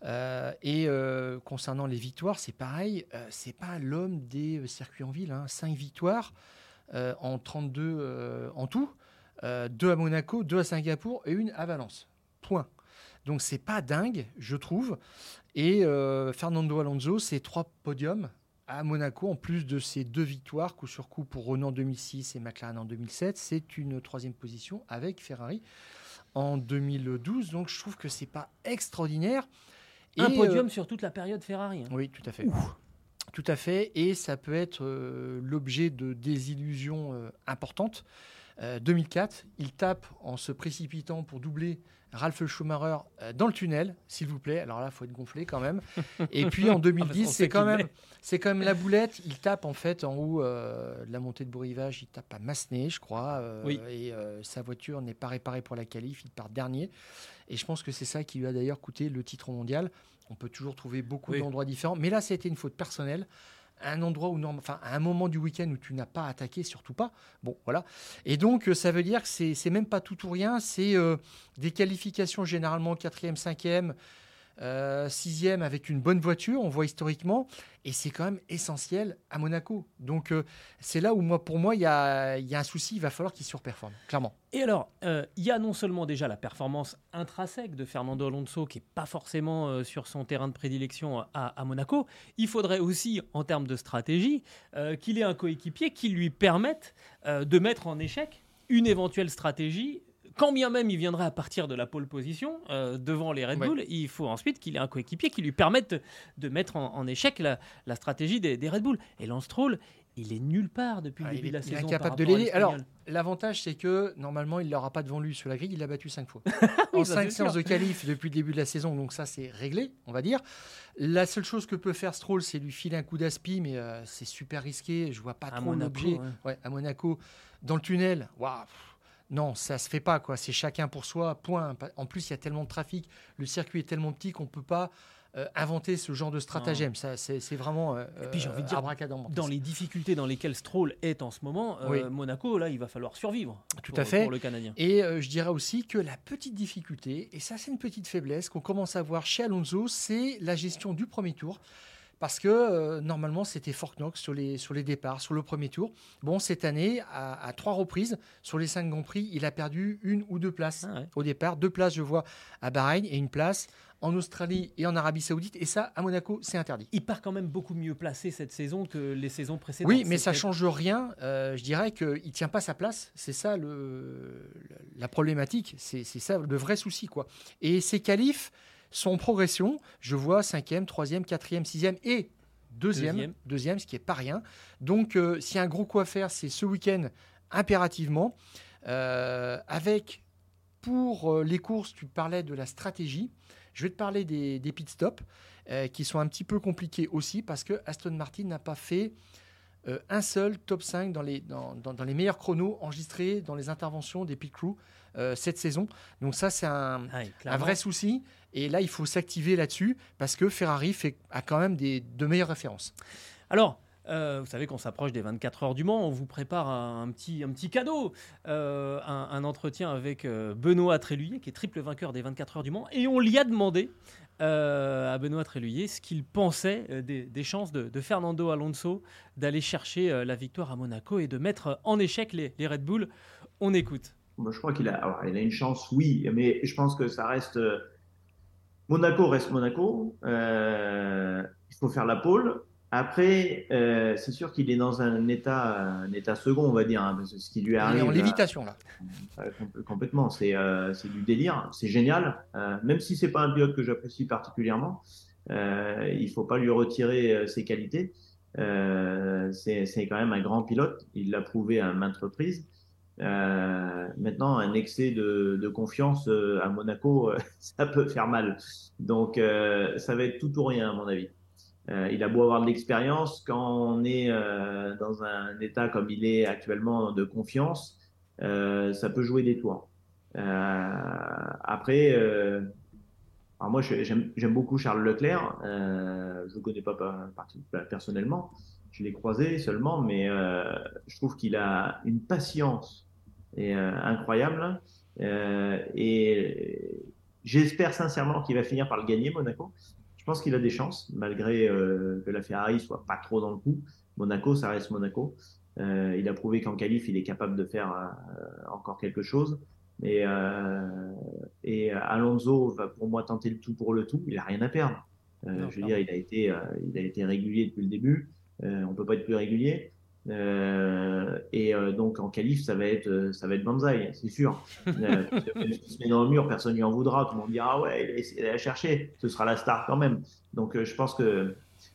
Concernant les victoires, c'est pareil. C'est pas l'homme des circuits en ville. 5 victoires en 32 en tout. 2 à Monaco, 2 à Singapour et 1 à Valence. Point. Donc c'est pas dingue, je trouve. Et Fernando Alonso, c'est 3 podiums à Monaco, en plus de ses 2 victoires, coup sur coup pour Renault en 2006 et McLaren en 2007. C'est une 3e position avec Ferrari en 2012. Donc je trouve que c'est pas extraordinaire. Un Et, podium sur toute la période Ferrari. oui, tout à fait. Tout à fait. Et ça peut être l'objet de désillusions importantes. 2004, il tape en se précipitant pour doubler Ralf Schumacher dans le tunnel, s'il vous plaît. Alors là, il faut être gonflé quand même. Et puis en 2010, c'est quand même la boulette. Il tape en fait en haut de la montée de beau rivage. Il tape à Massenet, je crois. Oui. Et sa voiture n'est pas réparée pour la qualif. Il part dernier. Et je pense que c'est ça qui lui a d'ailleurs coûté le titre mondial. On peut toujours trouver beaucoup d'endroits différents. Mais là, ça a été une faute personnelle. Un endroit où, à un moment du week-end où tu n'as pas attaqué, surtout pas. Bon, voilà. Et donc, ça veut dire que c'est même pas tout ou rien. C'est des qualifications généralement 4e, 5e, 6e avec une bonne voiture, on voit historiquement. Et c'est quand même essentiel à Monaco. Donc, c'est là où, pour moi, il y a un souci. Il va falloir qu'il surperforme, clairement. Et alors, il y a non seulement déjà la performance intrinsèque de Fernando Alonso, qui n'est pas forcément sur son terrain de prédilection à Monaco, il faudrait aussi, en termes de stratégie, qu'il ait un coéquipier qui lui permette de mettre en échec une éventuelle stratégie. Quand bien même il viendrait à partir de la pole position devant les Red Bull, il faut ensuite qu'il ait un coéquipier qui lui permette de mettre en échec la stratégie des Red Bull. Et Lance Stroll, il est nulle part depuis le début de la saison. Il est incapable de l'aider. Alors, l'avantage, c'est que normalement, il ne l'aura pas devant lui sur la grille. Il l'a battu 5 fois. En 5 séances de qualif depuis le début de la saison. Donc ça, c'est réglé, on va dire. La seule chose que peut faire Stroll, c'est lui filer un coup d'aspi, mais c'est super risqué. Je ne vois pas trop l'objet. Ouais, à Monaco, dans le tunnel, waouh. Non, ça se fait pas, quoi. C'est chacun pour soi, point. En plus, il y a tellement de trafic, le circuit est tellement petit qu'on peut pas inventer ce genre de stratagème. Ça, c'est vraiment et puis, j'ai envie de dire, abracadabra. dans les difficultés dans lesquelles Stroll est en ce moment, Monaco, là, il va falloir survivre. Tout à fait. Pour le Canadien. Et je dirais aussi que la petite difficulté, et ça, c'est une petite faiblesse qu'on commence à voir chez Alonso, c'est la gestion du premier tour. parce que normalement, c'était Fort Knox sur les départs, sur le premier tour. Bon, cette année, à 3 reprises, sur les 5 Grands Prix, il a perdu 1 ou 2 places au départ. 2 places, je vois, à Bahreïn et 1 place en Australie et en Arabie Saoudite. Et ça, à Monaco, c'est interdit. Il part quand même beaucoup mieux placé cette saison que les saisons précédentes. Oui, mais ça ne change rien. Je dirais qu'il ne tient pas sa place. C'est ça la problématique. C'est ça le vrai souci, quoi. Et ses qualifs sont en progression. Je vois 5e, 3e, 4e, 6e et 2e, ce qui n'est pas rien. Donc, s'il y a un gros coup à faire, c'est ce week-end impérativement. Avec, pour les courses, tu parlais de la stratégie. Je vais te parler des pit stops qui sont un petit peu compliqués aussi parce que Aston Martin n'a pas fait un seul top 5 dans les meilleurs chronos enregistrés dans les interventions des pit crew cette saison. Donc ça, c'est un vrai souci. Et là, il faut s'activer là-dessus parce que Ferrari a quand même de meilleures références. Alors, vous savez qu'on s'approche des 24 heures du Mans, on vous prépare un petit cadeau, un entretien avec Benoît Tréluyer, qui est triple vainqueur des 24 heures du Mans, et on lui a demandé à Benoît Tréluyer ce qu'il pensait des chances de Fernando Alonso d'aller chercher la victoire à Monaco et de mettre en échec les Red Bull. On écoute. Moi, je crois qu'il a une chance, oui, mais je pense que ça reste... Monaco reste Monaco, il faut faire la pole. Après, c'est sûr qu'il est dans un état second, on va dire, parce que ce qui lui arrive. Il est en lévitation, là. Complètement, c'est du délire, c'est génial. Même si c'est pas un pilote que j'apprécie particulièrement, il faut pas lui retirer ses qualités. C'est quand même un grand pilote, il l'a prouvé à maintes reprises. Maintenant, un excès de confiance à Monaco, ça peut faire mal. Donc, ça va être tout ou rien, à mon avis. Il a beau avoir de l'expérience, quand on est dans un état comme il est actuellement de confiance, ça peut jouer des tours. Après, alors moi j'aime beaucoup Charles Leclerc. Je le connais pas personnellement, je l'ai croisé seulement, mais je trouve qu'il a une patience incroyable. Et j'espère sincèrement qu'il va finir par le gagner, Monaco. Je pense qu'il a des chances, malgré que la Ferrari soit pas trop dans le coup. Monaco, ça reste Monaco. Il a prouvé qu'en qualif, il est capable de faire encore quelque chose. Et Alonso va pour moi tenter le tout pour le tout. Il a rien à perdre. Je veux dire, il a été régulier depuis le début. On peut pas être plus régulier. Donc en qualif, ça va être banzai, c'est sûr. Même s'il se met dans le mur, personne lui en voudra. Tout le monde dira ah ouais, il a essayé de la chercher. Ce sera la star quand même. Donc je pense que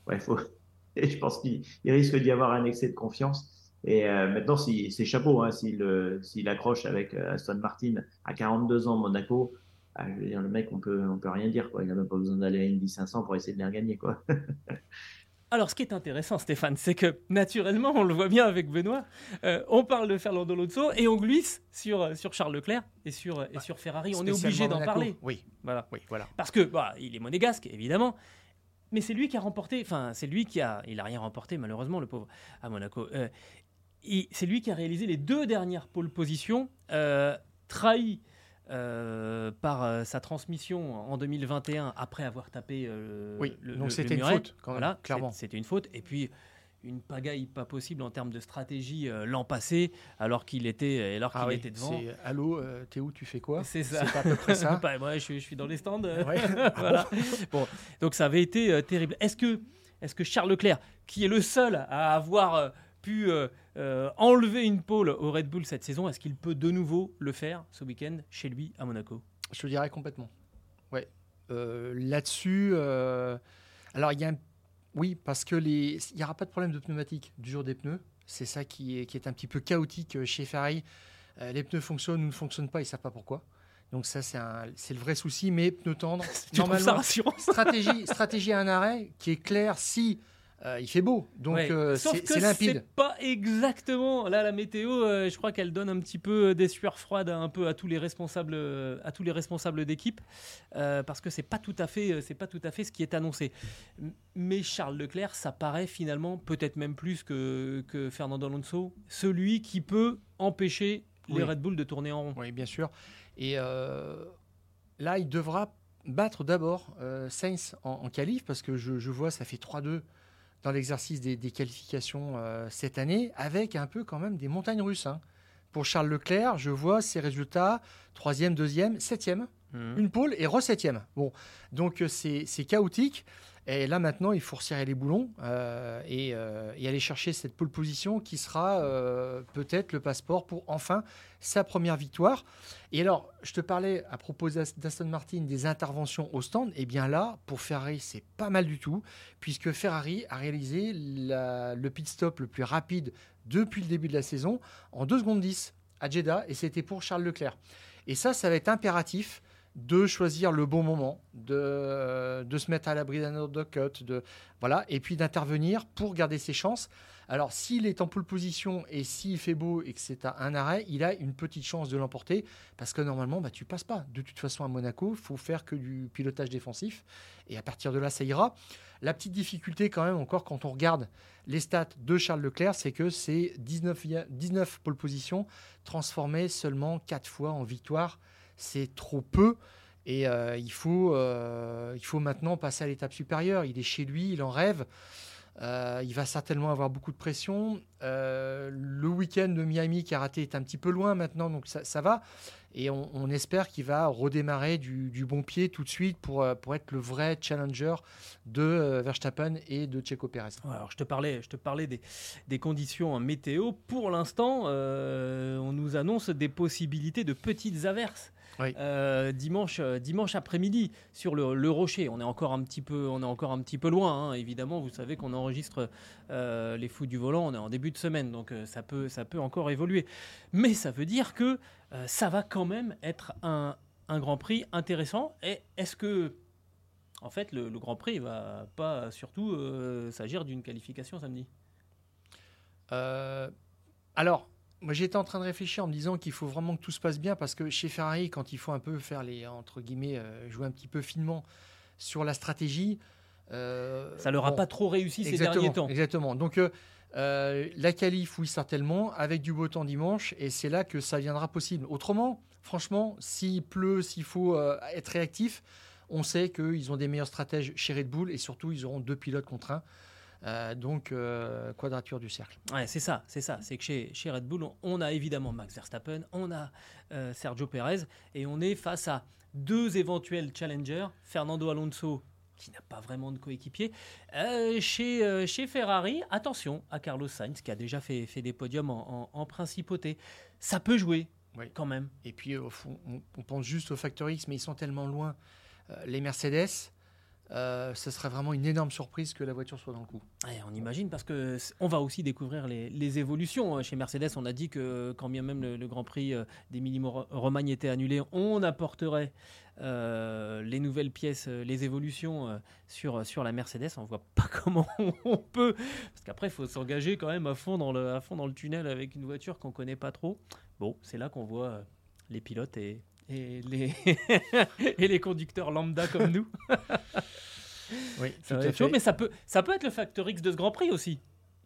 je pense qu'il risque d'y avoir un excès de confiance. Et maintenant, c'est chapeau hein, s'il accroche avec Aston Martin à 42 ans Monaco. Je veux dire, le mec, on peut rien dire quoi. Il n'a même pas besoin d'aller à Indy 500 pour essayer de les regagner quoi. Alors, ce qui est intéressant, Stéphane, c'est que naturellement, on le voit bien avec Benoît, on parle de Fernando Alonso et on glisse sur Charles Leclerc et sur Ferrari. On est obligé d'en parler. Oui, voilà. Parce que il est monégasque, évidemment, mais c'est lui qui a remporté. Enfin, il a rien remporté malheureusement, le pauvre à Monaco. C'est lui qui a réalisé les 2 dernières pole positions, trahi par sa transmission en 2021 après avoir tapé donc c'était une faute quand même, voilà, clairement. C'était une faute et puis une pagaille pas possible en termes de stratégie l'an passé alors qu'il était devant. C'est allô, t'es où, tu fais quoi? C'est ça. C'est à peu près ça. Moi je suis dans les stands. Ouais. Voilà. Bon, donc ça avait été terrible. Est-ce que Charles Leclerc, qui est le seul à avoir pu enlever une pole au Red Bull cette saison, est-ce qu'il peut de nouveau le faire ce week-end chez lui à Monaco? Je te dirais complètement. Ouais. Là-dessus, alors oui, parce que il n'y aura pas de problème de pneumatique du jour des pneus. C'est ça qui est un petit peu chaotique chez Ferrari. Les pneus fonctionnent ou ne fonctionnent pas, ils ne savent pas pourquoi. Donc ça, c'est le vrai souci. Mais pneus tendres, normalement, ça rassurant. stratégie à un arrêt qui est claire si il fait beau, donc c'est limpide. C'est pas exactement là la météo. Je crois qu'elle donne un petit peu des sueurs froides un peu à tous les responsables d'équipe, parce que c'est pas tout à fait ce qui est annoncé. Mais Charles Leclerc, ça paraît finalement peut-être même plus que Fernando Alonso, celui qui peut empêcher les Red Bull de tourner en rond. Oui, bien sûr. Et là, il devra battre d'abord Sainz en qualif, parce que je vois ça fait 3-2 dans l'exercice des qualifications cette année, avec un peu quand même des montagnes russes. Hein. Pour Charles Leclerc, je vois ses résultats 3e, 2e, 7e, une pole et re-7e. Bon, donc c'est chaotique. Et là maintenant, il faut resserrer les boulons et aller chercher cette pole position qui sera peut-être le passeport pour enfin sa première victoire. Et alors, je te parlais à propos d'Aston Martin des interventions au stand. Et bien là, pour Ferrari, c'est pas mal du tout, puisque Ferrari a réalisé le pit stop le plus rapide depuis le début de la saison en 2 secondes 10 à Jeddah, et c'était pour Charles Leclerc. Et ça va être impératif de choisir le bon moment, de se mettre à l'abri d'un undercut, voilà, et puis d'intervenir pour garder ses chances. Alors, s'il est en pole position et s'il fait beau et que c'est à un arrêt, il a une petite chance de l'emporter, parce que normalement, tu passes pas. De toute façon, à Monaco, il faut faire que du pilotage défensif, et à partir de là, ça ira. La petite difficulté quand même, encore, quand on regarde les stats de Charles Leclerc, c'est que c'est 19 pole positions transformées seulement 4 fois en victoire. C'est trop peu, et il faut maintenant passer à l'étape supérieure. Il est chez lui, il en rêve. Il va certainement avoir beaucoup de pression. Le week-end de Miami qui a raté est un petit peu loin maintenant, donc ça va. Et on espère qu'il va redémarrer du bon pied tout de suite pour être le vrai challenger de Verstappen et de Checo Pérez. Alors, je te parlais des conditions météo. Pour l'instant, on nous annonce des possibilités de petites averses. Oui. Dimanche après-midi sur le Rocher. On est encore un petit peu loin, hein. Évidemment, vous savez qu'on enregistre les fous du volant, on est en début de semaine, donc ça peut encore évoluer. Mais ça veut dire que ça va quand même être un Grand Prix intéressant. Et est-ce que, en fait, le Grand Prix ne va pas surtout s'agir d'une qualification samedi ? Alors, moi, j'étais en train de réfléchir en me disant qu'il faut vraiment que tout se passe bien, parce que chez Ferrari, quand il faut un peu faire entre guillemets, jouer un petit peu finement sur la stratégie, ça leur a pas trop réussi ces derniers temps. Exactement. Donc la qualif, oui, certainement, avec du beau temps dimanche, et c'est là que ça viendra possible. Autrement, franchement, s'il pleut, s'il faut être réactif, on sait qu'ils ont des meilleurs stratèges chez Red Bull, et surtout, ils auront 2 pilotes contre 1. Donc, quadrature du cercle. Ouais, c'est ça. C'est que chez Red Bull, on a évidemment Max Verstappen, on a Sergio Pérez, et on est face à 2 éventuels challengers, Fernando Alonso, qui n'a pas vraiment de coéquipier. Chez Ferrari, attention à Carlos Sainz, qui a déjà fait des podiums en principauté. Ça peut jouer, oui, quand même. Et puis, on pense juste au Factor X, mais ils sont tellement loin. Les Mercedes... ce serait vraiment une énorme surprise que la voiture soit dans le coup. Ouais, on imagine, parce qu'on va aussi découvrir les évolutions. Chez Mercedes, on a dit que quand bien même le Grand Prix d'Émilie-Romagne était annulé, on apporterait les nouvelles pièces, les évolutions sur la Mercedes. On ne voit pas comment on peut, parce qu'après, il faut s'engager quand même à fond dans le tunnel avec une voiture qu'on ne connaît pas trop. Bon, c'est là qu'on voit les pilotes et les conducteurs lambda comme nous. Oui, ça va être chaud, mais ça peut être le Factor X de ce Grand Prix aussi.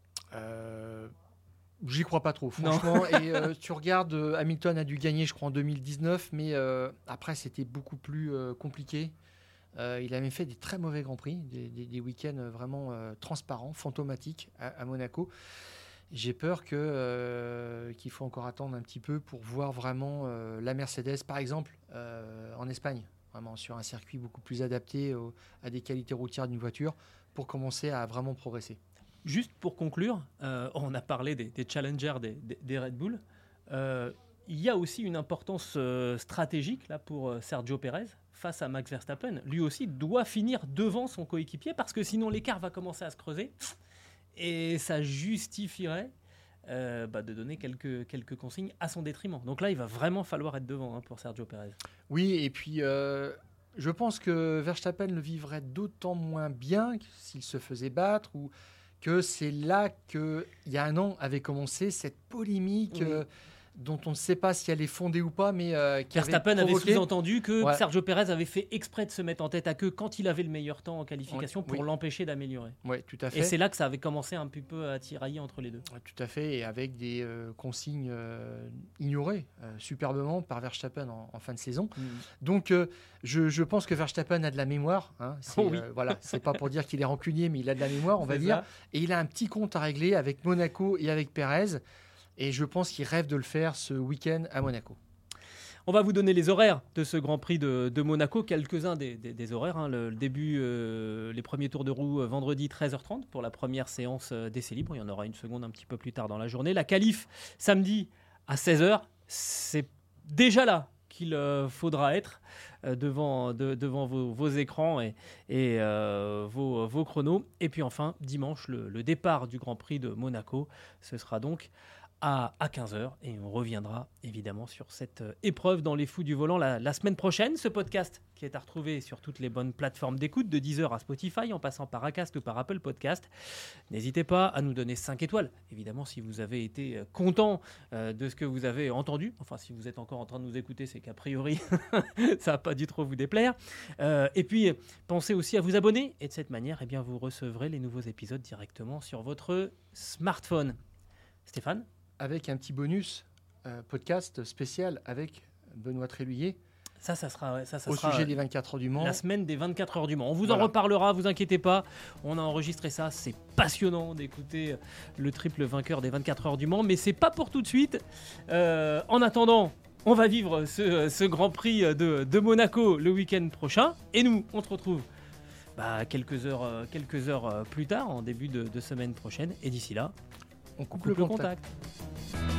J'y crois pas trop, franchement. Et tu regardes, Hamilton a dû gagner, je crois, en 2019, mais après, c'était beaucoup plus compliqué. Il avait fait des très mauvais Grands Prix, des week-ends vraiment transparents, fantomatiques à Monaco. J'ai peur qu'il faut encore attendre un petit peu pour voir vraiment la Mercedes, par exemple, en Espagne, vraiment sur un circuit beaucoup plus adapté à des qualités routières d'une voiture, pour commencer à vraiment progresser. Juste pour conclure, on a parlé des challengers des Red Bull. Il y a aussi une importance stratégique là, pour Sergio Pérez face à Max Verstappen. Lui aussi doit finir devant son coéquipier, parce que sinon l'écart va commencer à se creuser. Et ça justifierait de donner quelques consignes à son détriment. Donc là, il va vraiment falloir être devant pour Sergio Pérez. Oui, et puis je pense que Verstappen le vivrait d'autant moins bien s'il se faisait battre, ou que c'est là qu'il y a un an avait commencé cette polémique dont on ne sait pas si elle est fondée ou pas, mais qui Verstappen avait sous-entendu que Ouais. Sergio Pérez avait fait exprès de se mettre en tête à queue quand il avait le meilleur temps en qualification Ouais, pour oui. l'empêcher d'améliorer. Oui, tout à fait. Et c'est là que ça avait commencé un petit peu à tirailler entre les deux. Ouais, tout à fait, et avec des consignes ignorées superbement par Verstappen en fin de saison. Donc, je pense que Verstappen a de la mémoire. Hein. C'est, Oh oui. voilà, c'est pas pour dire qu'il est rancunier, mais il a de la mémoire, on va C'est dire. ça. Et il a un petit compte à régler avec Monaco et avec Pérez. Et je pense qu'il rêve de le faire ce week-end à Monaco. On va vous donner les horaires de ce Grand Prix de Monaco, quelques-uns des horaires. Hein. Le début, les premiers tours de roue vendredi 13h30 pour la première séance d'essai libre. Il y en aura une seconde un petit peu plus tard dans la journée. La qualif samedi à 16h. C'est déjà là qu'il faudra être devant vos écrans et vos chronos. Et puis enfin, dimanche, le départ du Grand Prix de Monaco. Ce sera donc à 15h et on reviendra évidemment sur cette épreuve dans les fous du volant la semaine prochaine. Ce podcast qui est à retrouver sur toutes les bonnes plateformes d'écoute, de Deezer à Spotify en passant par Acast ou par Apple Podcast. N'hésitez pas à nous donner 5 étoiles, évidemment si vous avez été content de ce que vous avez entendu. Enfin, si vous êtes encore en train de nous écouter, c'est qu'a priori ça va pas dû trop vous déplaire. Et puis pensez aussi à vous abonner et de cette manière eh bien, vous recevrez les nouveaux épisodes directement sur votre smartphone. Stéphane ? Avec un petit bonus podcast spécial avec Benoît Tréluyer Ça sera au sujet des 24 heures du Mans. la semaine des 24 heures du Mans. On vous en Voilà. reparlera, vous inquiétez pas. On a enregistré ça, c'est passionnant d'écouter le triple vainqueur des 24 heures du Mans, mais c'est pas pour tout de suite. En attendant, on va vivre ce Grand Prix de Monaco le week-end prochain. Et nous, on se retrouve quelques heures plus tard, en début de semaine prochaine. Et d'ici là, On coupe coupe le contact. contact.